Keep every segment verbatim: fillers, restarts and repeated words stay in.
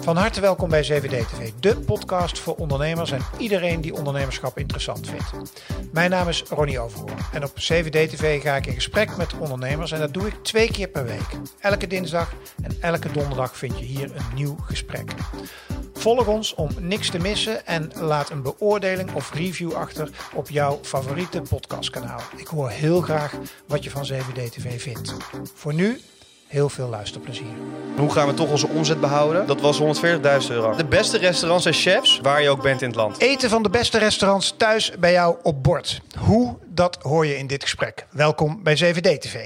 Van harte welkom bij zeven D T V, de podcast voor ondernemers en iedereen die ondernemerschap interessant vindt. Mijn naam is Ronnie Overhoorn en op zeven D T V ga ik in gesprek met ondernemers en dat doe ik twee keer per week. Elke dinsdag en elke donderdag vind je hier een nieuw gesprek. Volg ons om niks te missen en laat een beoordeling of review achter op jouw favoriete podcastkanaal. Ik hoor heel graag wat je van zeven D T V vindt. Voor nu, heel veel luisterplezier. Hoe gaan we toch onze omzet behouden? Dat was honderdveertigduizend euro. De beste restaurants en chefs, waar je ook bent in het land. Eten van de beste restaurants thuis bij jou op bord. Hoe, dat hoor je in dit gesprek. Welkom bij zeven D T V.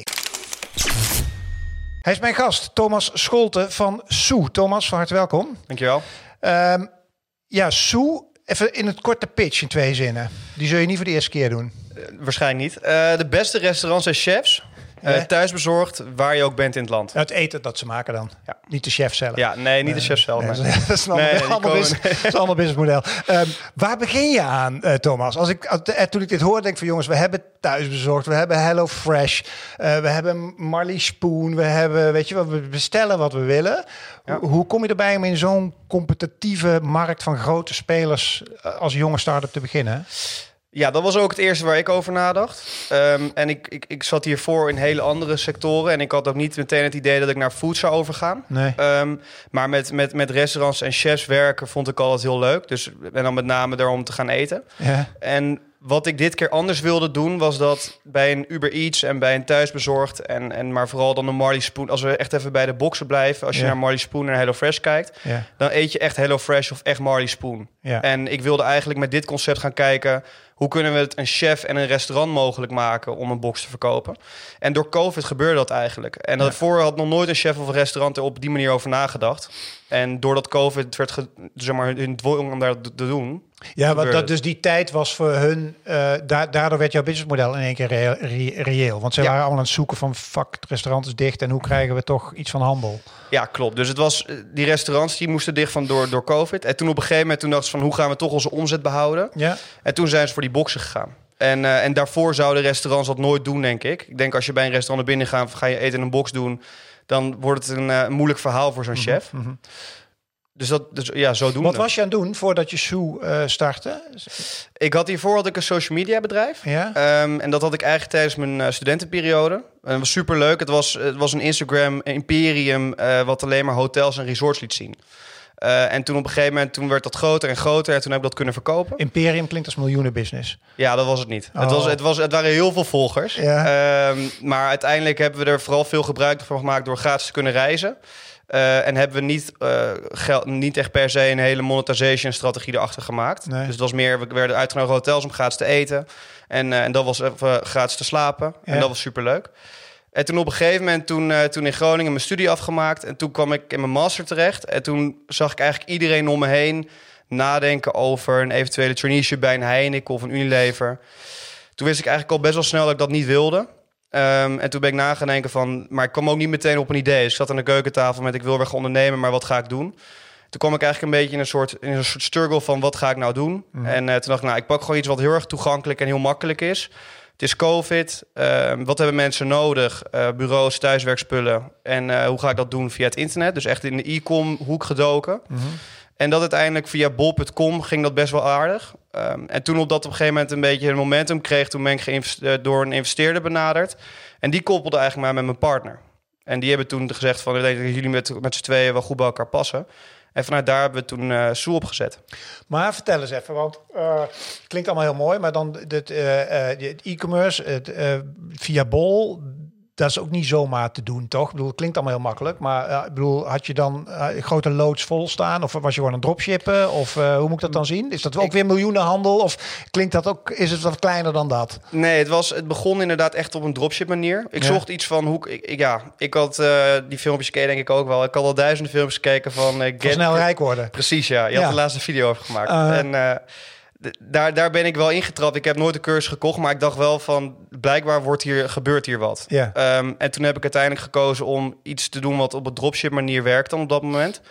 Hij is mijn gast, Thomas Scholte van Soe. Thomas, van harte welkom. Dankjewel. Um, ja, Soe, even in het korte pitch in twee zinnen. Die zul je niet voor de eerste keer doen. Uh, waarschijnlijk niet. Uh, de beste restaurants en chefs, uh, ja. thuisbezorgd, waar je ook bent in het land. Het eten dat ze maken dan. Ja. Niet de chef zelf. Ja, nee, niet de chef zelf. Nee, nee. Dat is een ander, nee, ander, business, dat is een ander businessmodel. Um, waar begin je aan, uh, Thomas? Als ik, als, uh, toen ik dit hoorde, denk ik van jongens, we hebben thuisbezorgd, we hebben HelloFresh, uh, we hebben Marley Spoon, we hebben, weet je wat, we bestellen wat we willen. Ja. Hoe, hoe kom je erbij om in zo'n competitieve markt van grote spelers uh, als jonge start-up te beginnen? Ja, dat was ook het eerste waar ik over nadacht. Um, en ik, ik, ik zat hiervoor in hele andere sectoren. En ik had ook niet meteen het idee dat ik naar food zou overgaan. Nee. Um, maar met, met, met restaurants en chefs werken vond ik altijd heel leuk. Dus en dan met name daarom te gaan eten. Ja. En wat ik dit keer anders wilde doen, was dat bij een Uber Eats en bij een thuisbezorgd en, en maar vooral dan een Marley Spoon. Als we echt even bij de boxen blijven, als je ja. naar Marley Spoon en HelloFresh kijkt, ja. dan eet je echt HelloFresh of echt Marley Spoon. Ja. En ik wilde eigenlijk met dit concept gaan kijken, hoe kunnen we het een chef en een restaurant mogelijk maken om een box te verkopen? En door COVID gebeurde dat eigenlijk. En ja. daarvoor had nog nooit een chef of een restaurant er op die manier over nagedacht. En doordat COVID werd ge, zeg maar, hun dwong om dat te doen. Ja, want dat, dus die tijd was voor hun, uh, da- daardoor werd jouw businessmodel in één keer re- re- reëel. Want ze ja. waren allemaal aan het zoeken van, fuck, het restaurant is dicht en hoe krijgen we toch iets van handel? Ja, klopt. Dus het was, die restaurants die moesten dicht van door, door COVID. En toen op een gegeven moment toen dachten ze van, hoe gaan we toch onze omzet behouden? Ja. En toen zijn ze voor die boxen gegaan. En, uh, en daarvoor zouden restaurants dat nooit doen, denk ik. Ik denk als je bij een restaurant naar binnen gaat, ga je eten in een box doen, dan wordt het een uh, moeilijk verhaal voor zo'n mm-hmm, chef. Mm-hmm. Dus dat, dus ja, zo doen. Wat was je aan het doen voordat je Soe uh, startte? Ik had hiervoor had ik een social media bedrijf. Ja? Um, en dat had ik eigenlijk tijdens mijn uh, studentenperiode. En dat was super leuk. Het was, het was een Instagram imperium uh, wat alleen maar hotels en resorts liet zien. Uh, en toen op een gegeven moment toen werd dat groter en groter. En toen heb ik dat kunnen verkopen. Imperium klinkt als miljoenenbusiness. Ja, dat was het niet. Oh. Het, was, het, was, het waren heel veel volgers. Ja. Um, maar uiteindelijk hebben we er vooral veel gebruik van gemaakt door gratis te kunnen reizen. Uh, en hebben we niet, uh, geld, niet echt per se een hele monetization strategie erachter gemaakt. Nee. Dus het was meer, we werden uitgenodigd hotels om gratis te eten. En, uh, en dat was even gratis te slapen. Ja. En dat was superleuk. En toen op een gegeven moment, toen, uh, toen in Groningen mijn studie afgemaakt. En toen kwam ik in mijn master terecht. En toen zag ik eigenlijk iedereen om me heen nadenken over een eventuele traineeship bij een Heineken of een Unilever. Toen wist ik eigenlijk al best wel snel dat ik dat niet wilde. Um, en toen ben ik na gaan denken van, maar ik kwam ook niet meteen op een idee. Dus ik zat aan de keukentafel met, ik wil weer gaan ondernemen, maar wat ga ik doen? Toen kwam ik eigenlijk een beetje in een soort, in een soort struggle van, wat ga ik nou doen? Mm. En uh, toen dacht ik, nou, ik pak gewoon iets wat heel erg toegankelijk en heel makkelijk is. Het is COVID. Uh, wat hebben mensen nodig? Uh, bureaus, thuiswerkspullen. En uh, hoe ga ik dat doen via het internet? Dus echt in de e-com hoek gedoken. Mm-hmm. En dat uiteindelijk via bol punt com ging dat best wel aardig. Um, en toen op dat op een gegeven moment een beetje een momentum kreeg, toen ben ik geïnveste- door een investeerder benaderd. En die koppelde eigenlijk maar met mijn partner. En die hebben toen gezegd van, ik denk dat jullie met, met z'n tweeën wel goed bij elkaar passen. En vanuit daar hebben we toen uh, Soe opgezet. Maar vertel eens even, want uh, het klinkt allemaal heel mooi, maar dan dit, uh, uh, het e-commerce het, uh, via Bol, dat is ook niet zomaar te doen, toch? Ik bedoel, het klinkt allemaal heel makkelijk, maar uh, ik bedoel, had je dan uh, grote loods vol staan? Of was je gewoon een dropshippen? Of uh, hoe moet ik dat dan zien? Is dat ook ik... weer miljoenenhandel? Of klinkt dat ook, is het wat kleiner dan dat? Nee, het, was, het begon inderdaad echt op een dropship manier. Ik ja. zocht iets van hoe ik, ik, ja, ik had uh, die filmpjes gekeken, denk ik ook wel. Ik had al duizenden filmpjes gekeken van... Uh, get, van snel rijk worden. Precies, ja. Je ja. had de laatste video over gemaakt. Uh, en uh, d- daar, daar ben ik wel ingetrapt. Ik heb nooit een cursus gekocht, maar ik dacht wel van, blijkbaar wordt hier, gebeurt hier wat. Ja. Um, en toen heb ik uiteindelijk gekozen om iets te doen wat op een dropship manier werkt dan op dat moment.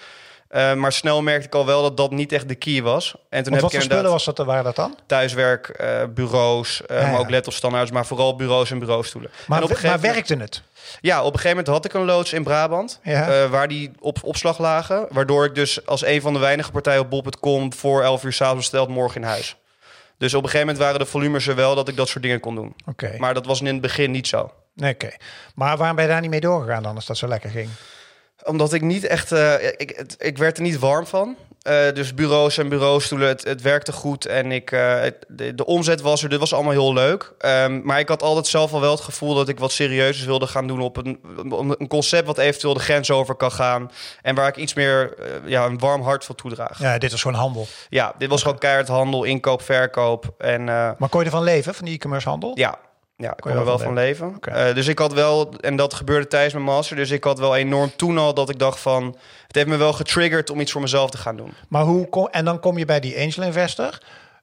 Uh, maar snel merkte ik al wel dat dat niet echt de key was. En toen Want heb wat ik voor spullen was dat, waren dat dan? Thuiswerk, uh, bureaus, uh, ja, ja. maar ook laptopstandaards, maar vooral bureaus en bureaustoelen. Maar, en op een maar moment, werkte het? Ja, op een gegeven moment had ik een loods in Brabant, ja. uh, waar die op opslag lagen. Waardoor ik dus als een van de weinige partijen op bol punt com voor elf uur 's avonds besteld morgen in huis. Dus op een gegeven moment waren de volumes er wel dat ik dat soort dingen kon doen. Okay. Maar dat was in het begin niet zo. Nee, oké. Okay. Maar waarom ben je daar niet mee doorgegaan dan, als dat zo lekker ging? Omdat ik niet echt... Uh, ik, het, ik werd er niet warm van. Uh, dus bureaus en bureaustoelen, het, het werkte goed. En ik, uh, het, de, de omzet was er, dit was allemaal heel leuk. Um, maar ik had altijd zelf al wel het gevoel dat ik wat serieus wilde gaan doen... op een, een concept wat eventueel de grens over kan gaan. En waar ik iets meer uh, ja, een warm hart voor toedraag. Ja, dit was gewoon handel. Ja, dit was okay. gewoon keihard handel, inkoop, verkoop. En, uh, maar kon je ervan leven, van die e-commerce handel? Ja. Ja, ik kon er wel van leven. leven. Okay. Uh, dus ik had wel, en dat gebeurde tijdens mijn master, dus ik had wel enorm toen al dat ik dacht van, het heeft me wel getriggerd om iets voor mezelf te gaan doen. Maar hoe kom, en dan kom je bij die angel investor.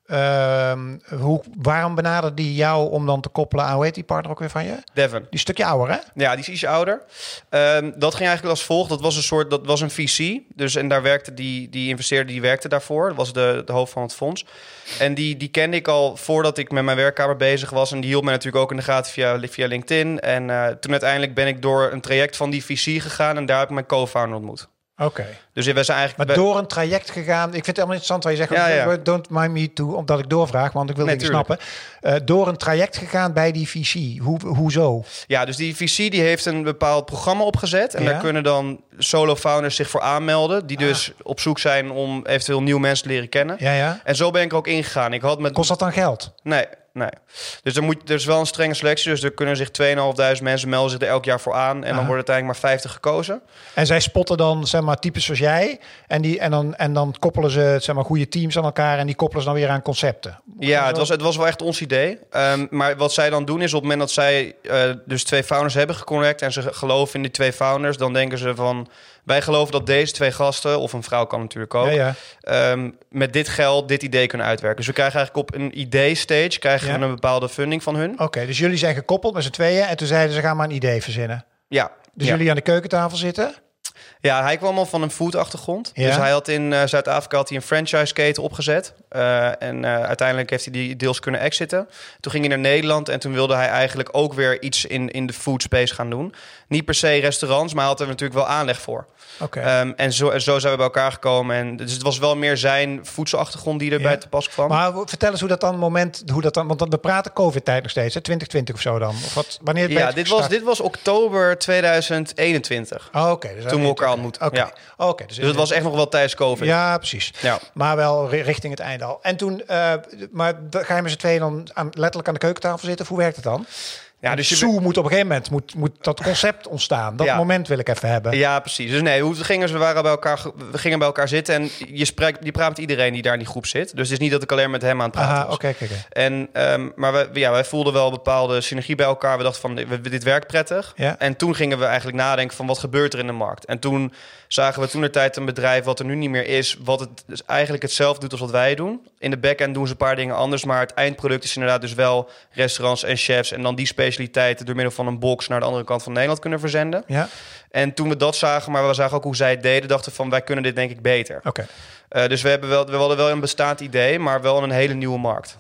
Uh, hoe, waarom benaderde die jou om dan te koppelen aan, hoe heet die partner ook weer van je? Devon. Die stukje ouder, hè? Ja, die is iets ouder. Um, dat ging eigenlijk als volgt. Dat was een soort, dat was een V C. Dus en daar werkte die, die investeerder, die werkte daarvoor. Dat was de, de hoofd van het fonds. En die, die kende ik al voordat ik met mijn werkkamer bezig was. En die hield mij natuurlijk ook in de gaten via, via LinkedIn. En uh, toen uiteindelijk ben ik door een traject van die V C gegaan en daar heb ik mijn co-founder ontmoet. Oké. Okay. Dus we zijn eigenlijk maar door een traject gegaan. Ik vind het helemaal interessant wat je zegt. Ja, ja. Don't mind me too, omdat ik doorvraag, want ik wil nee, dingen snappen. Uh, door een traject gegaan bij die V C. Hoe, hoezo? Ja, dus die V C die heeft een bepaald programma opgezet. En ja? daar kunnen dan solo founders zich voor aanmelden. Die ah. dus op zoek zijn om eventueel nieuwe mensen te leren kennen. Ja, ja. En zo ben ik ook ingegaan. Ik had met... Kost dat dan geld? Nee. Nee. Dus er, moet, er is wel een strenge selectie. Dus er kunnen zich tweeduizend mensen melden zich er elk jaar voor aan. En Aha. dan worden uiteindelijk maar vijftig gekozen. En zij spotten dan, zeg maar, types zoals jij. En, die, en, dan, en dan koppelen ze, zeg maar, goede teams aan elkaar. En die koppelen ze dan weer aan concepten. Ja, het was, het was wel echt ons idee. Um, maar wat zij dan doen is op het moment dat zij uh, dus twee founders hebben geconnect... en ze geloven in die twee founders, dan denken ze van... wij geloven dat deze twee gasten, of een vrouw kan natuurlijk ook... Ja, ja. Um, met dit geld dit idee kunnen uitwerken. Dus we krijgen eigenlijk op een idee-stage... krijgen ja. we een bepaalde funding van hun. Oké, okay, dus jullie zijn gekoppeld met z'n tweeën... en toen zeiden ze, gaan maar een idee verzinnen. Ja. Dus ja. jullie aan de keukentafel zitten... Ja, hij kwam al van een food-achtergrond. Ja. Dus hij had in uh, Zuid-Afrika had hij een franchise-keten opgezet. Uh, en uh, uiteindelijk heeft hij die deels kunnen exiten. Toen ging hij naar Nederland en toen wilde hij eigenlijk ook weer iets in, in de food space gaan doen. Niet per se restaurants, maar hij had er natuurlijk wel aanleg voor. Okay. Um, en, zo, en zo zijn we bij elkaar gekomen. En dus het was wel meer zijn voedselachtergrond die erbij ja. te pas kwam. Maar vertel eens hoe dat dan moment, hoe dat dan, want we praten COVID-tijd nog steeds, hè? twintig twintig of zo dan. Of wat? Wanneer? Ja, dit was, dit was oktober tweeduizend eenentwintig. Oh, oké. Okay, dus toen we elkaar ontmoetten. Okay. Ja. Okay, dus dus het was echt nog wel tijdens COVID. Ja, precies. Ja. Maar wel richting het einde al. En toen, uh, maar ga je met z'n tweeën dan aan, letterlijk aan de keukentafel zitten? Of hoe werkt het dan? Ja, dus je Soe moet op een gegeven moment moet, moet dat concept ontstaan. Dat ja. moment wil ik even hebben. Ja, precies. Dus nee, hoe gingen we waren bij elkaar, we gingen bij elkaar zitten en je spreekt, je praat met iedereen die daar in die groep zit. Dus het is niet dat ik alleen met hem aan het praten Aha, was. Okay, okay, okay. En um, maar wij, ja, wij voelden wel bepaalde synergie bij elkaar. We dachten van we, dit werkt prettig. Ja. En toen gingen we eigenlijk nadenken van wat gebeurt er in de markt. En toen zagen we toen de tijd een bedrijf wat er nu niet meer is, wat het dus eigenlijk hetzelfde doet als wat wij doen. In de backend doen ze een paar dingen anders, maar het eindproduct is inderdaad dus wel restaurants en chefs en dan die specialiteiten door middel van een box naar de andere kant van Nederland kunnen verzenden. Ja. En toen we dat zagen, maar we zagen ook hoe zij het deden, dachten van wij kunnen dit denk ik beter. Okay. Uh, dus we, hebben wel, we hadden wel een bestaand idee, maar wel een hele nieuwe markt.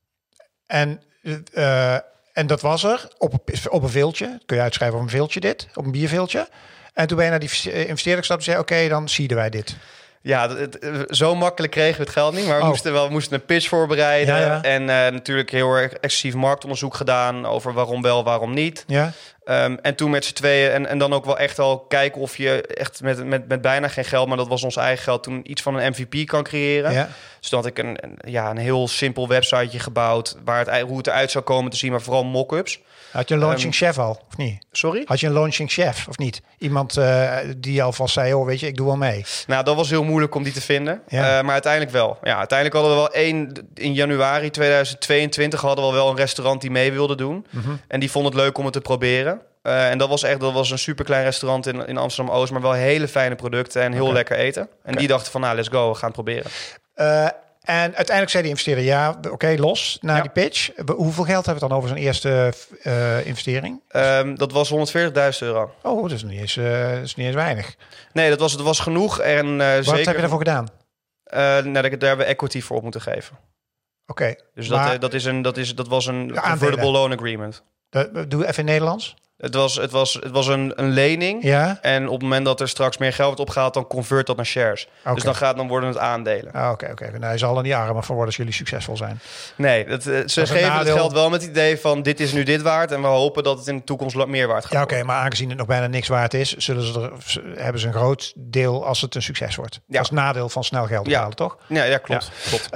En, uh, en dat was er op, op een veeltje. Kun je uitschrijven op een veeltje dit, op een bierveeltje. En toen ben je naar die investeerder gestapt en zei, oké, okay, dan zien wij dit. Ja, het, het, zo makkelijk kregen we het geld niet. Maar we, oh. moesten, wel, we moesten een pitch voorbereiden. Ja, ja. En uh, natuurlijk heel erg excessief marktonderzoek gedaan over waarom wel, waarom niet. Ja. Um, en toen met z'n tweeën en, en dan ook wel echt al kijken of je echt met, met, met bijna geen geld, maar dat was ons eigen geld, toen iets van een M V P kan creëren. Ja. Dus toen had ik een, een, ja, een heel simpel websiteje gebouwd waar het, hoe het eruit zou komen te zien, maar vooral mock-ups. Had je een launching um, chef al, of niet? Sorry? Had je een launching chef, of niet? Iemand uh, die alvast zei, oh, weet je, ik doe wel mee. Nou, dat was heel moeilijk om die te vinden. Ja. Uh, maar uiteindelijk wel. Ja, uiteindelijk hadden we wel één... In januari tweeduizend tweeëntwintig hadden we wel een restaurant die mee wilde doen. Mm-hmm. En die vond het leuk om het te proberen. Uh, en dat was echt, dat was een superklein restaurant in, in Amsterdam-Oost, maar wel hele fijne producten en heel okay. lekker eten. En okay. die dachten van, nou, let's go, we gaan het proberen. Uh, En uiteindelijk zei die investeerder, ja, oké, okay, los na ja. die pitch. Hoeveel geld hebben we dan over zijn eerste uh, investering? Um, dat was honderdveertigduizend euro. Oh, dat is niet eens, uh, dat is niet eens weinig. Nee, dat was, dat was genoeg. En, uh, Wat zeker, heb je daarvoor gedaan? Uh, nou, daar hebben we equity voor op moeten geven. Oké. Okay, dus dat, uh, dat, is een, dat, is, dat was een convertible loan agreement. Dat, doe even in Nederlands. Het was, het was, het was een, een lening. Ja? En op het moment dat er straks meer geld wordt opgehaald, dan convert dat naar shares. Okay. Dus dan, gaat, dan worden het aandelen. Oké, ah, oké. Okay, okay. Nou, hij zal er niet armer van worden als jullie succesvol zijn. Nee, dat, ze dat geven nadeel... het geld wel met het idee van dit is nu dit waard. En we hopen dat het in de toekomst meer waard gaat Ja, oké. Okay, maar aangezien het nog bijna niks waard is, zullen ze er, hebben ze een groot deel als het een succes wordt. Ja. Dat is nadeel van snel geld ophalen, ja. toch? Ja, ja klopt. Ja. klopt.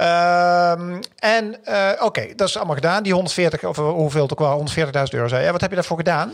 Um, en uh, oké, okay, dat is allemaal gedaan. Die honderdveertig, of hoeveel het ook wel, honderdveertigduizend euro zei. Ja, wat heb je daarvoor gedaan?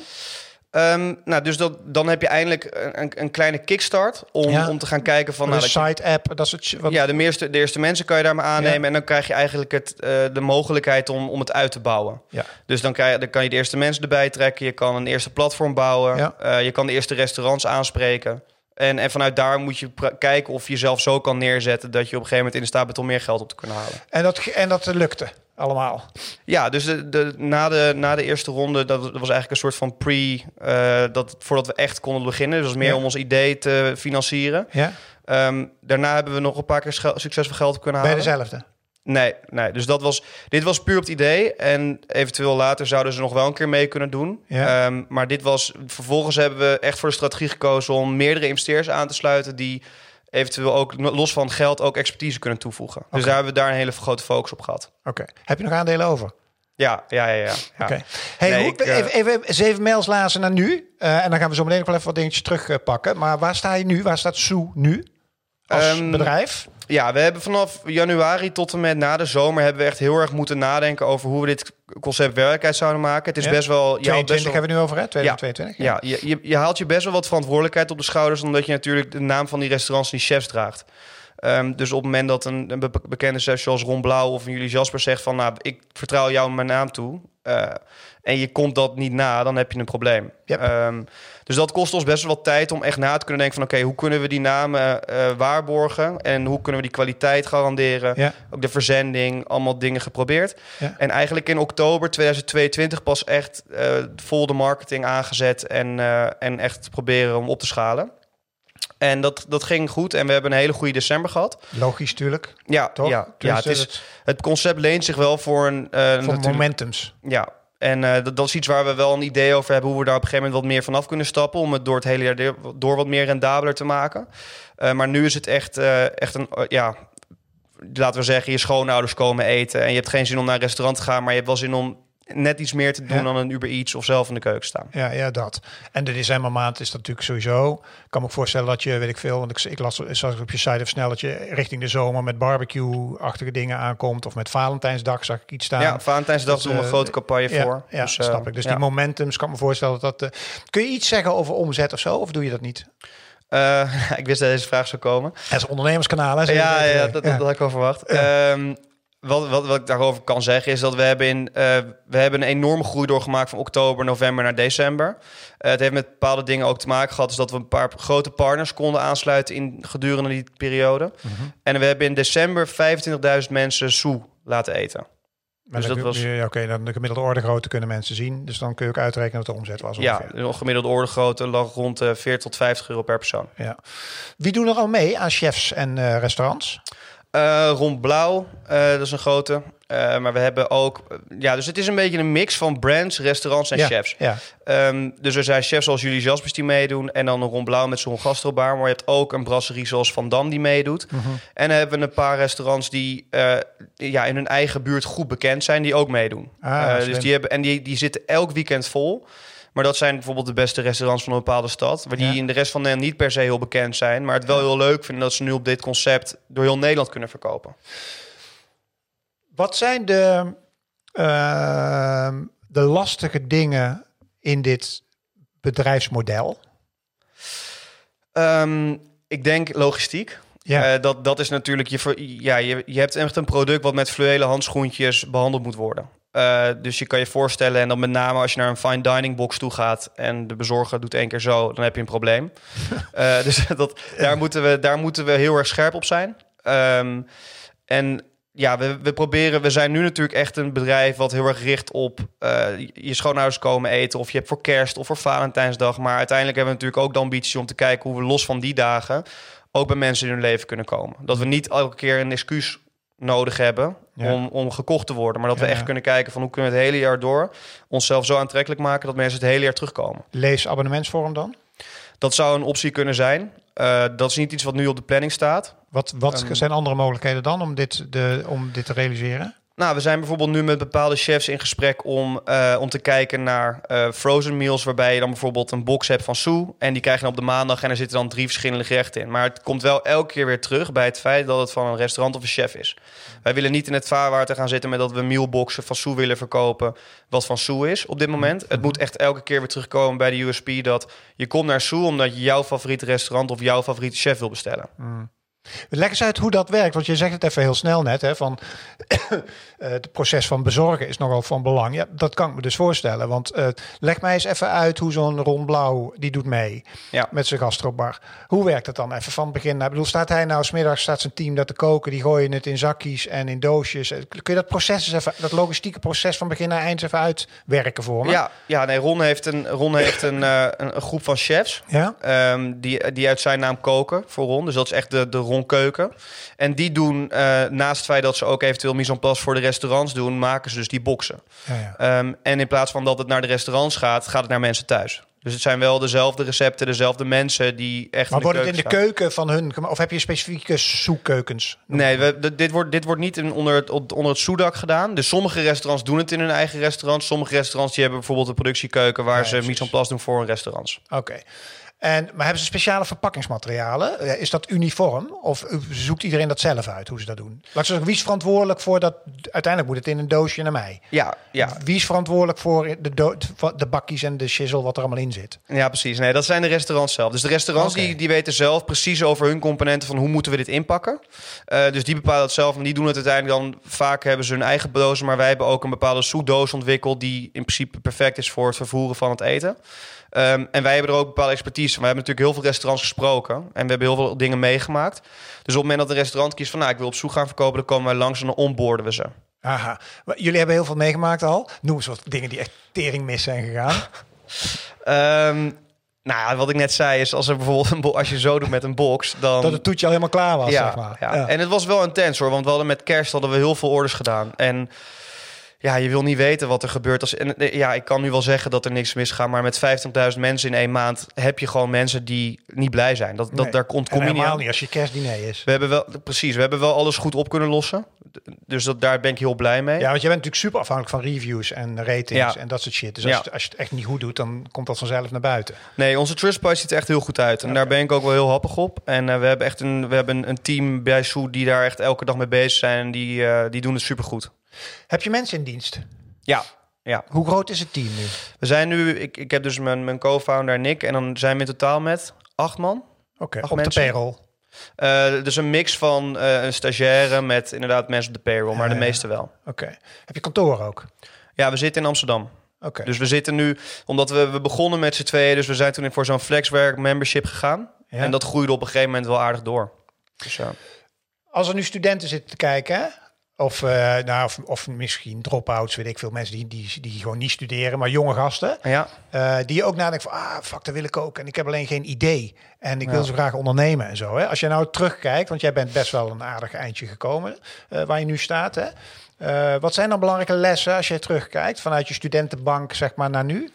Um, nou, dus dat, dan heb je eindelijk een, een kleine kickstart om, ja. om te gaan kijken van... Nou, de site-app, dat soort... Wat... Ja, de eerste, de eerste mensen kan je daarmee aannemen... Ja. En dan krijg je eigenlijk het, uh, de mogelijkheid om, om het uit te bouwen. Ja. Dus dan, krijg je, dan kan je de eerste mensen erbij trekken. Je kan een eerste platform bouwen. Ja. Uh, je kan de eerste restaurants aanspreken. En, en vanuit daar moet je pra- kijken of je jezelf zo kan neerzetten... dat je op een gegeven moment in de staat bent om meer geld op te kunnen halen. En dat, en dat lukte allemaal? Ja, dus de, de, na, de, na de eerste ronde, dat, dat was eigenlijk een soort van pre... Uh, dat, voordat we echt konden beginnen. Dus dat was meer ja. om ons idee te financieren. Ja. Um, daarna hebben we nog een paar keer sche- succesvol geld kunnen halen. Bij dezelfde? Nee, nee, dus dat was, dit was puur op het idee. En eventueel later zouden ze nog wel een keer mee kunnen doen. Ja. Um, maar dit was... Vervolgens hebben we echt voor de strategie gekozen... om meerdere investeerders aan te sluiten... die eventueel ook los van geld ook expertise kunnen toevoegen. Okay. Dus daar hebben we daar een hele grote focus op gehad. Oké. Okay. Heb je nog aandelen over? Ja, ja, ja. ja, ja. Oké. Okay. Hey, nee, hoe, ik, even, even zeven mails lazen naar nu. Uh, en dan gaan we zo meteen nog wel even wat dingetjes terugpakken. Uh, maar waar sta je nu? Waar staat Soe nu? Als um, bedrijf? Ja, we hebben vanaf januari tot en met na de zomer... hebben we echt heel erg moeten nadenken over hoe we dit concept werkelijkheid zouden maken. Het is ja. best wel... tweeëntwintig best wel, hebben we nu over, hè? tweeduizend tweeëntwintig. Ja, ja. ja je, je haalt je best wel wat verantwoordelijkheid op de schouders... omdat je natuurlijk de naam van die restaurants en die chefs draagt. Um, dus op het moment dat een, een bekende chef zoals Ron Blauw of jullie Jasper zegt van... nou, ik vertrouw jou mijn naam toe... Uh, en je komt dat niet na, dan heb je een probleem. Yep. Um, dus dat kost ons best wel wat tijd om echt na te kunnen denken van... oké, okay, hoe kunnen we die namen uh, waarborgen? En hoe kunnen we die kwaliteit garanderen? Ja. Ook de verzending, allemaal dingen geprobeerd. Ja. En eigenlijk in oktober tweeduizend tweeëntwintig pas echt uh, vol de marketing aangezet... En, uh, en echt proberen om op te schalen. En dat, dat ging goed en we hebben een hele goede december gehad. Logisch, tuurlijk. Ja, toch? ja, ja het, is, het concept leent zich wel voor een... Uh, voor momentums. Ja, en uh, dat, dat is iets waar we wel een idee over hebben... hoe we daar op een gegeven moment wat meer vanaf kunnen stappen... om het door het hele jaar door wat meer rendabeler te maken. Uh, maar nu is het echt, uh, echt een... Uh, ja, laten we zeggen, je schoonouders komen eten... en je hebt geen zin om naar een restaurant te gaan... maar je hebt wel zin om... net iets meer te doen ja. dan een Uber Eats of zelf in de keuken staan. Ja, ja, dat. En de decembermaand is dat natuurlijk sowieso. Ik kan me ook voorstellen dat je, weet ik veel... want ik, ik las zag op je site even snel... dat je richting de zomer met barbecue-achtige dingen aankomt... of met Valentijnsdag zag ik iets staan. Ja, Valentijnsdag dat, doen we een uh, grote campagne ja, voor. Ja, dus, snap ik. Dus ja. die momentums, kan me voorstellen dat dat... Uh, kun je iets zeggen over omzet of zo? Of doe je dat niet? Uh, ik wist dat deze vraag zou komen. Het is ondernemerskanaal, hè? Ja, ja, dat, dat, ja, dat had ik al verwacht. Ja. Um, Wat, wat, wat ik daarover kan zeggen is dat we hebben, in, uh, we hebben een enorme groei doorgemaakt van oktober, november naar december. Uh, het heeft met bepaalde dingen ook te maken gehad, dus dat we een paar grote partners konden aansluiten in gedurende die periode. Mm-hmm. En we hebben in december vijfentwintigduizend mensen Soe laten eten. Maar dus dat was... Ja, Oké, okay, dan de gemiddelde ordegrootte kunnen mensen zien. Dus dan kun je ook uitrekenen wat de omzet was. Ongeveer. Ja, de gemiddelde ordegrootte lag rond uh, veertig tot vijftig euro per persoon. Ja. Wie doen er al mee aan chefs en uh, restaurants? Uh, Ron Blauw, uh, dat is een grote. Uh, maar we hebben ook... Uh, ja, dus het is een beetje een mix van brands, restaurants en ja, chefs. Ja. Um, dus er zijn chefs zoals Julie Jaspers die meedoen. En dan een Ron Blauw met zo'n gastrobar. Maar je hebt ook een brasserie zoals Van Dam die meedoet. Mm-hmm. En dan hebben we een paar restaurants die uh, ja, in hun eigen buurt goed bekend zijn. Die ook meedoen. Ah, uh, dus die hebben, en die, die zitten elk weekend vol. Maar dat zijn bijvoorbeeld de beste restaurants van een bepaalde stad. Waar die ja. in de rest van Nederland niet per se heel bekend zijn. Maar het wel heel leuk vinden dat ze nu op dit concept door heel Nederland kunnen verkopen. Wat zijn de, uh, de lastige dingen in dit bedrijfsmodel? Um, ik denk logistiek. Ja. Uh, dat, dat is natuurlijk... Je, ja, je, je hebt echt een product wat met fluwelen handschoentjes behandeld moet worden. Uh, dus je kan je voorstellen, en dan met name als je naar een fine dining box toe gaat en de bezorger doet één keer zo, dan heb je een probleem. uh, dus dat, daar, moeten we, daar moeten we heel erg scherp op zijn. Um, en ja, we, we proberen... We zijn nu natuurlijk echt een bedrijf wat heel erg richt op... Uh, je schoonouders komen eten. Of je hebt voor kerst of voor Valentijnsdag. Maar uiteindelijk hebben we natuurlijk ook de ambitie om te kijken... hoe we los van die dagen ook bij mensen in hun leven kunnen komen. Dat we niet elke keer een excuus nodig hebben... Ja. Om, om gekocht te worden. Maar dat we ja, echt ja. kunnen kijken van hoe kunnen we het hele jaar door... onszelf zo aantrekkelijk maken dat mensen het hele jaar terugkomen. Lees abonnementsvorm dan? Dat zou een optie kunnen zijn. Uh, dat is niet iets wat nu op de planning staat. Wat, wat um, zijn andere mogelijkheden dan om dit, de, om dit te realiseren? Nou, we zijn bijvoorbeeld nu met bepaalde chefs in gesprek om, uh, om te kijken naar uh, frozen meals... waarbij je dan bijvoorbeeld een box hebt van Sue... en die krijg je dan op de maandag en er zitten dan drie verschillende gerechten in. Maar het komt wel elke keer weer terug bij het feit dat het van een restaurant of een chef is. Wij willen niet in het vaarwater gaan zitten met dat we mealboxen van Sue willen verkopen... wat van Sue is op dit moment. Mm-hmm. Het moet echt elke keer weer terugkomen bij de U S P... dat je komt naar Sue omdat je jouw favoriete restaurant... of jouw favoriete chef wil bestellen. Mm. Leg eens uit hoe dat werkt, want je zegt het even heel snel net, hè, van het proces van bezorgen is nogal van belang. Ja, dat kan ik me dus voorstellen, want uh, leg mij eens even uit hoe zo'n Ron Blauw, die doet mee ja. met zijn gastrobar. Hoe werkt het dan even van begin naar? Ik bedoel, staat hij nou 's middags staat zijn team dat te koken, die gooien het in zakjes en in doosjes. Kun je dat proces eens even, dat logistieke proces van begin naar eind even uitwerken voor me? Ja, ja nee, Ron heeft een, Ron heeft een, uh, een, een groep van chefs ja? um, die, die uit zijn naam koken voor Ron. Dus dat is echt de, de Ron keuken. En die doen, uh, naast het feit dat ze ook eventueel mise en place voor de restaurants doen, maken ze dus die boxen. Ja, ja. Um, en in plaats van dat het naar de restaurants gaat, gaat het naar mensen thuis. Dus het zijn wel dezelfde recepten, dezelfde mensen die echt. Maar in de wordt het in de staan. Keuken van hun, of heb je specifieke soekeukens? Nee, we, dit, wordt, dit wordt niet in, onder het, onder het soedak gedaan. Dus sommige restaurants doen het in hun eigen restaurant. Sommige restaurants die hebben bijvoorbeeld een productiekeuken waar ja, ze mise en place doen voor hun restaurants. Oké. Okay. En, maar hebben ze speciale verpakkingsmaterialen? Is dat uniform? Of zoekt iedereen dat zelf uit, hoe ze dat doen? Laat ik zeggen, wie is verantwoordelijk voor dat? Uiteindelijk moet het in een doosje naar mij. Ja, ja. Wie is verantwoordelijk voor de, do- de bakjes en de shizzle wat er allemaal in zit? Ja, precies. Nee, dat zijn de restaurants zelf. Dus de restaurants okay. die, die weten zelf precies over hun componenten van hoe moeten we dit inpakken. Uh, dus die bepalen het zelf en die doen het uiteindelijk dan. Vaak hebben ze hun eigen dozen, maar wij hebben ook een bepaalde soedoos ontwikkeld die in principe perfect is voor het vervoeren van het eten. Um, en wij hebben er ook bepaalde expertise. We hebben natuurlijk heel veel restaurants gesproken. En we hebben heel veel dingen meegemaakt. Dus op het moment dat een restaurant kiest van... nou, ik wil op zoek gaan verkopen, dan komen wij langs en dan onboarden we ze. Aha. Jullie hebben heel veel meegemaakt al. Noem eens wat dingen die echt tering mis zijn gegaan. um, nou ja, wat ik net zei is... als er bijvoorbeeld een bo- als je zo doet met een box... dan dat het toetje al helemaal klaar was, ja, zeg maar. Ja. Ja. En het was wel intens hoor. Want we hadden met kerst hadden we heel veel orders gedaan. En... ja, je wil niet weten wat er gebeurt. Als, en, ja, ik kan nu wel zeggen dat er niks misgaat... maar met vijftigduizend mensen in één maand... heb je gewoon mensen die niet blij zijn. Dat, dat, nee. daar komt en helemaal niet, niet als je kerstdiner is. We hebben wel, precies, we hebben wel alles goed op kunnen lossen. Dus dat, daar ben ik heel blij mee. Ja, want je bent natuurlijk super afhankelijk van reviews en ratings ja. en dat soort shit. Dus als, ja. je, als je het echt niet goed doet, dan komt dat vanzelf naar buiten. Nee, onze Trustpilot ziet er echt heel goed uit. En okay. daar ben ik ook wel heel happig op. En uh, we hebben echt een, we hebben een team bij Sue die daar echt elke dag mee bezig zijn. En die, uh, die doen het supergoed. Heb je mensen in dienst? Ja, ja. Hoe groot is het team nu? We zijn nu, ik, ik heb dus mijn, mijn co-founder Nick en dan zijn we in totaal met acht man. Oké, okay, op mensen. De payroll. Uh, dus een mix van uh, een stagiaire met inderdaad mensen op de payroll, maar uh, de meeste wel. Oké. Okay. Heb je kantoor ook? Ja, we zitten in Amsterdam. Okay. Dus we zitten nu, omdat we, we begonnen met z'n tweeën, dus we zijn toen voor zo'n flexwerk membership gegaan. Ja. En dat groeide op een gegeven moment wel aardig door. Dus, uh... Als er nu studenten zitten te kijken, hè? Of, uh, nou, of, of misschien drop-outs, weet ik veel. Mensen die, die, die gewoon niet studeren, maar jonge gasten. Ja. Uh, die ook nadenken van, ah, fuck, dat wil ik ook. En ik heb alleen geen idee. En ik wil ja. zo graag ondernemen en zo. Hè. Als je nou terugkijkt, want jij bent best wel een aardig eindje gekomen. Uh, waar je nu staat, hè. Uh, wat zijn dan belangrijke lessen als je terugkijkt? Vanuit je studentenbank, zeg maar, naar nu?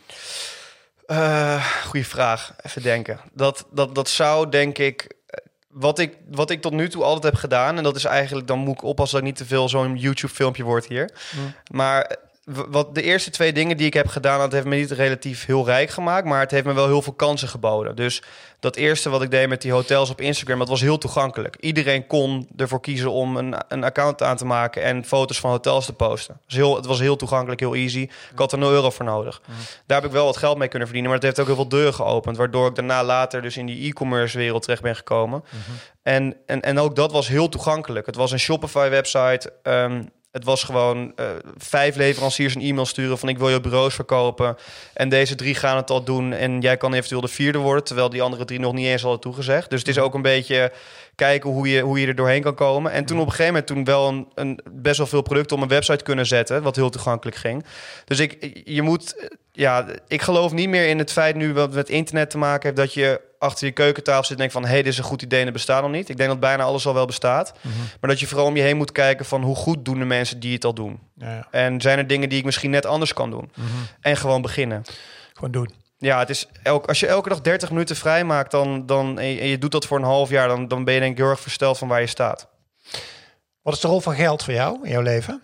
Uh, goeie vraag. Even denken. Dat, dat, dat zou, denk ik... Wat ik, wat ik tot nu toe altijd heb gedaan... en dat is eigenlijk... dan moet ik oppassen dat ik niet te veel zo'n YouTube-filmpje wordt hier. Mm. Maar wat de eerste twee dingen die ik heb gedaan... dat heeft me niet relatief heel rijk gemaakt... maar het heeft me wel heel veel kansen geboden. Dus dat eerste wat ik deed met die hotels op Instagram... dat was heel toegankelijk. Iedereen kon ervoor kiezen om een, een account aan te maken... en foto's van hotels te posten. Dus heel, het was heel toegankelijk, heel easy. Ik had er nul euro voor nodig. Mm. Daar heb ik wel wat geld mee kunnen verdienen... maar het heeft ook heel veel deuren geopend... waardoor ik daarna later dus in die e-commerce wereld terecht ben gekomen. Mm-hmm. En, en, en ook dat was heel toegankelijk. Het was een Shopify-website... Um, Het was gewoon uh, vijf leveranciers een e-mail sturen van ik wil je bureaus verkopen. En deze drie gaan het al doen en jij kan eventueel de vierde worden. Terwijl die andere drie nog niet eens hadden toegezegd. Dus het is ook een beetje kijken hoe je, hoe je er doorheen kan komen. En toen op een gegeven moment toen wel een, een best wel veel producten op mijn website kunnen zetten. Wat heel toegankelijk ging. Dus ik, je moet... Ja, ik geloof niet meer in het feit nu wat met internet te maken heeft... dat je achter je keukentafel zit en denkt van... hé, hey, dit is een goed idee en het bestaat nog niet. Ik denk dat bijna alles al wel bestaat. Mm-hmm. Maar dat je vooral om je heen moet kijken van... hoe goed doen de mensen die het al doen. Ja, ja. En zijn er dingen die ik misschien net anders kan doen. Mm-hmm. En gewoon beginnen. Gewoon doen. Ja, het is elk, als je elke dag dertig minuten vrijmaakt... Dan, dan, en, je, en je doet dat voor een half jaar... Dan, dan ben je denk ik heel erg versteld van waar je staat. Wat is de rol van geld voor jou in jouw leven?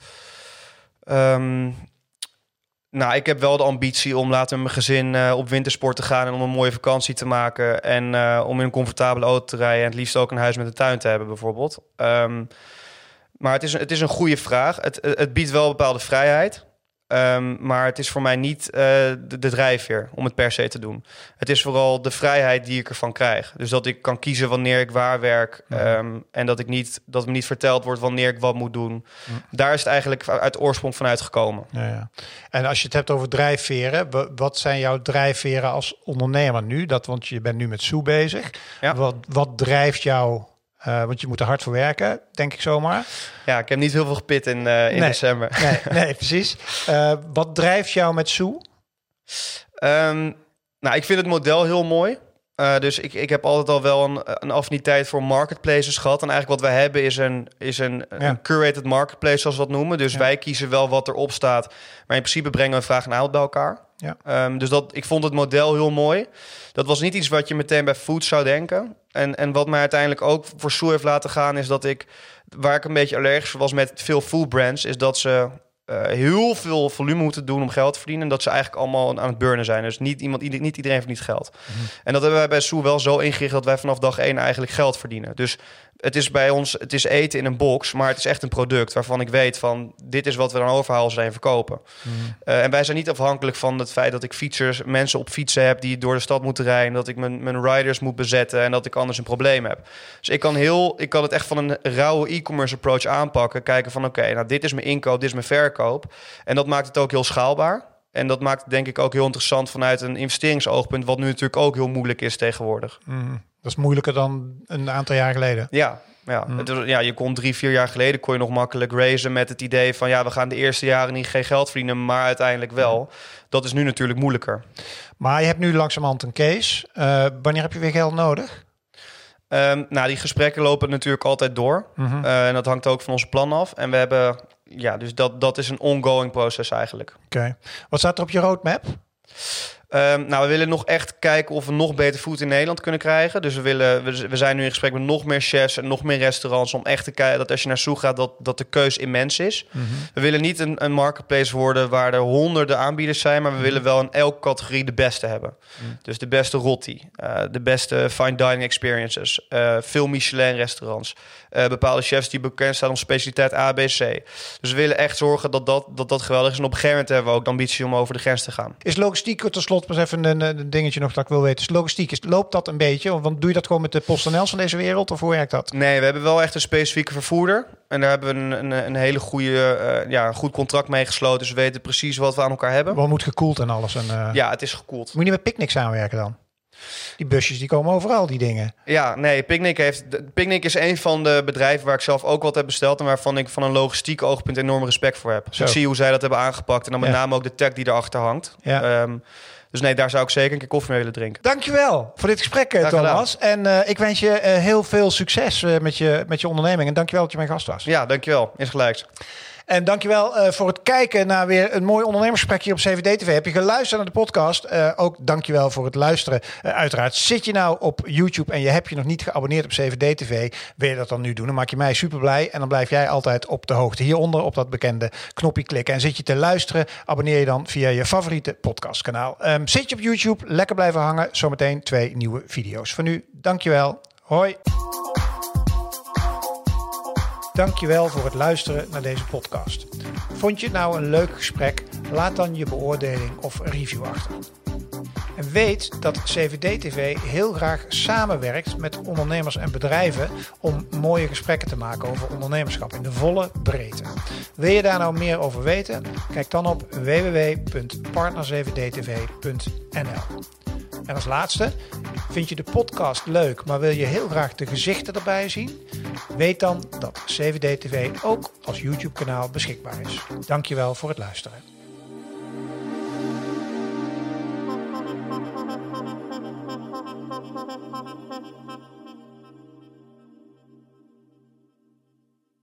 Um, Nou, ik heb wel de ambitie om later met mijn gezin uh, op wintersport te gaan... en om een mooie vakantie te maken. En uh, om in een comfortabele auto te rijden... en het liefst ook een huis met een tuin te hebben, bijvoorbeeld. Um, maar het is, het is een goede vraag. Het, het biedt wel bepaalde vrijheid... Um, maar het is voor mij niet uh, de, de drijfveer om het per se te doen. Het is vooral de vrijheid die ik ervan krijg. Dus dat ik kan kiezen wanneer ik waar werk. Mm-hmm. Um, en dat, ik niet, dat me niet verteld wordt wanneer ik wat moet doen. Mm. Daar is het eigenlijk uit oorsprong vanuit gekomen. Ja, ja. En als je het hebt over drijfveren... wat zijn jouw drijfveren als ondernemer nu? Dat, want je bent nu met Sue bezig. Ja. Wat, wat drijft jou... Uh, want je moet er hard voor werken, denk ik zomaar. Ja, ik heb niet heel veel gepit in, uh, in nee, december. Nee, nee precies. Uh, wat drijft jou met Sue? Um, nou, ik vind het model heel mooi. Uh, dus ik, ik heb altijd al wel een, een affiniteit voor marketplaces gehad. En eigenlijk wat wij hebben is een, is een, ja. een curated marketplace, zoals we dat noemen. Dus ja. wij kiezen wel wat erop staat. Maar in principe brengen we vraag en aanbod bij elkaar. Ja. Um, dus dat, ik vond het model heel mooi. Dat was niet iets wat je meteen bij food zou denken. En, en wat mij uiteindelijk ook voor Sue heeft laten gaan... is dat ik, waar ik een beetje allergisch voor was met veel food brands... is dat ze uh, heel veel volume moeten doen om geld te verdienen... en dat ze eigenlijk allemaal aan het burnen zijn. Dus niet, iemand, niet iedereen verdient geld. Mm-hmm. En dat hebben wij bij Sue wel zo ingericht... dat wij vanaf dag één eigenlijk geld verdienen. Dus het is bij ons, het is eten in een box... maar het is echt een product waarvan ik weet van... dit is wat we dan overhalen zijn verkopen. Mm-hmm. Uh, en wij zijn niet afhankelijk van het feit dat ik fietsers... mensen op fietsen heb die door de stad moeten rijden... dat ik mijn, mijn riders moet bezetten... en dat ik anders een probleem heb. Dus ik kan, heel, ik kan het echt van een rauwe e-commerce approach aanpakken. Kijken van oké, okay, nou dit is mijn inkoop, dit is mijn verkoop. En dat maakt het ook heel schaalbaar. En dat maakt het denk ik ook heel interessant vanuit een investeringsoogpunt... wat nu natuurlijk ook heel moeilijk is tegenwoordig. Mm, dat is moeilijker dan een aantal jaar geleden. Ja, ja. Mm. Het, ja, je kon drie, vier jaar geleden... kon je nog makkelijk raisen met het idee van... ja, we gaan de eerste jaren niet geen geld verdienen... maar uiteindelijk wel. Mm. Dat is nu natuurlijk moeilijker. Maar je hebt nu langzamerhand een case. Uh, wanneer heb je weer geld nodig? Um, nou, die gesprekken lopen natuurlijk altijd door. Mm-hmm. Uh, en dat hangt ook van onze plan af. En we hebben... Ja, dus dat, dat is een ongoing proces eigenlijk. Oké. Okay. Wat staat er op je roadmap? Um, nou, we willen nog echt kijken of we nog beter food in Nederland kunnen krijgen. Dus we, willen, we, we zijn nu in gesprek met nog meer chefs en nog meer restaurants... om echt te kijken dat als je naar Sue gaat, dat, dat de keus immens is. Mm-hmm. We willen niet een, een marketplace worden waar er honderden aanbieders zijn... maar we mm-hmm. willen wel in elke categorie de beste hebben. Mm-hmm. Dus de beste rotti, uh, de beste fine dining experiences... Uh, veel Michelin-restaurants... Uh, bepaalde chefs die bekend staan om specialiteit A, B, C. Dus we willen echt zorgen dat dat, dat, dat geweldig is. En op een gegeven moment hebben we ook de ambitie om over de grens te gaan. Is logistiek, tot slot maar even een, een dingetje nog dat ik wil weten. Is logistiek, is, loopt dat een beetje? Want doe je dat gewoon met de PostNL's van deze wereld? Of hoe werkt dat? Nee, we hebben wel echt een specifieke vervoerder. En daar hebben we een, een, een hele goede, uh, ja, een goed contract mee gesloten. Dus we weten precies wat we aan elkaar hebben. Wat moet gekoeld en alles? En, uh... Ja, het is gekoeld. Moet je niet met Picnic samenwerken dan? Die busjes die komen overal, die dingen. Ja, nee, Picnic heeft. Picnic is een van de bedrijven waar ik zelf ook wat heb besteld en waarvan ik van een logistiek oogpunt enorm respect voor heb. Dus ik zie hoe zij dat hebben aangepakt en dan met ja. name ook de tech die erachter hangt. Ja. Um, dus nee, daar zou ik zeker een keer koffie mee willen drinken. Dankjewel voor dit gesprek, Dank Thomas. En uh, ik wens je uh, heel veel succes uh, met, je, met je onderneming. En dankjewel dat je mijn gast was. Ja, dankjewel. Insgelijks. En dankjewel uh, voor het kijken naar weer een mooi ondernemersgesprek hier op C V D T V. Heb je geluisterd naar de podcast? Uh, ook dankjewel voor het luisteren. Uh, uiteraard zit je nou op YouTube en je hebt je nog niet geabonneerd op C V D T V. Wil je dat dan nu doen? Dan maak je mij super blij en dan blijf jij altijd op de hoogte. Hieronder op dat bekende knopje klikken. En zit je te luisteren, abonneer je dan via je favoriete podcastkanaal. Um, zit je op YouTube, lekker blijven hangen. Zometeen twee nieuwe video's. Voor nu, dankjewel. Hoi. Dankjewel voor het luisteren naar deze podcast. Vond je het nou een leuk gesprek? Laat dan je beoordeling of review achter. En weet dat C V D T V heel graag samenwerkt met ondernemers en bedrijven om mooie gesprekken te maken over ondernemerschap in de volle breedte. Wil je daar nou meer over weten? Kijk dan op w w w punt partner c v d t v punt n l. En als laatste, vind je de podcast leuk, maar wil je heel graag de gezichten erbij zien? Weet dan dat C V D T V ook als YouTube-kanaal beschikbaar is. Dankjewel voor het luisteren.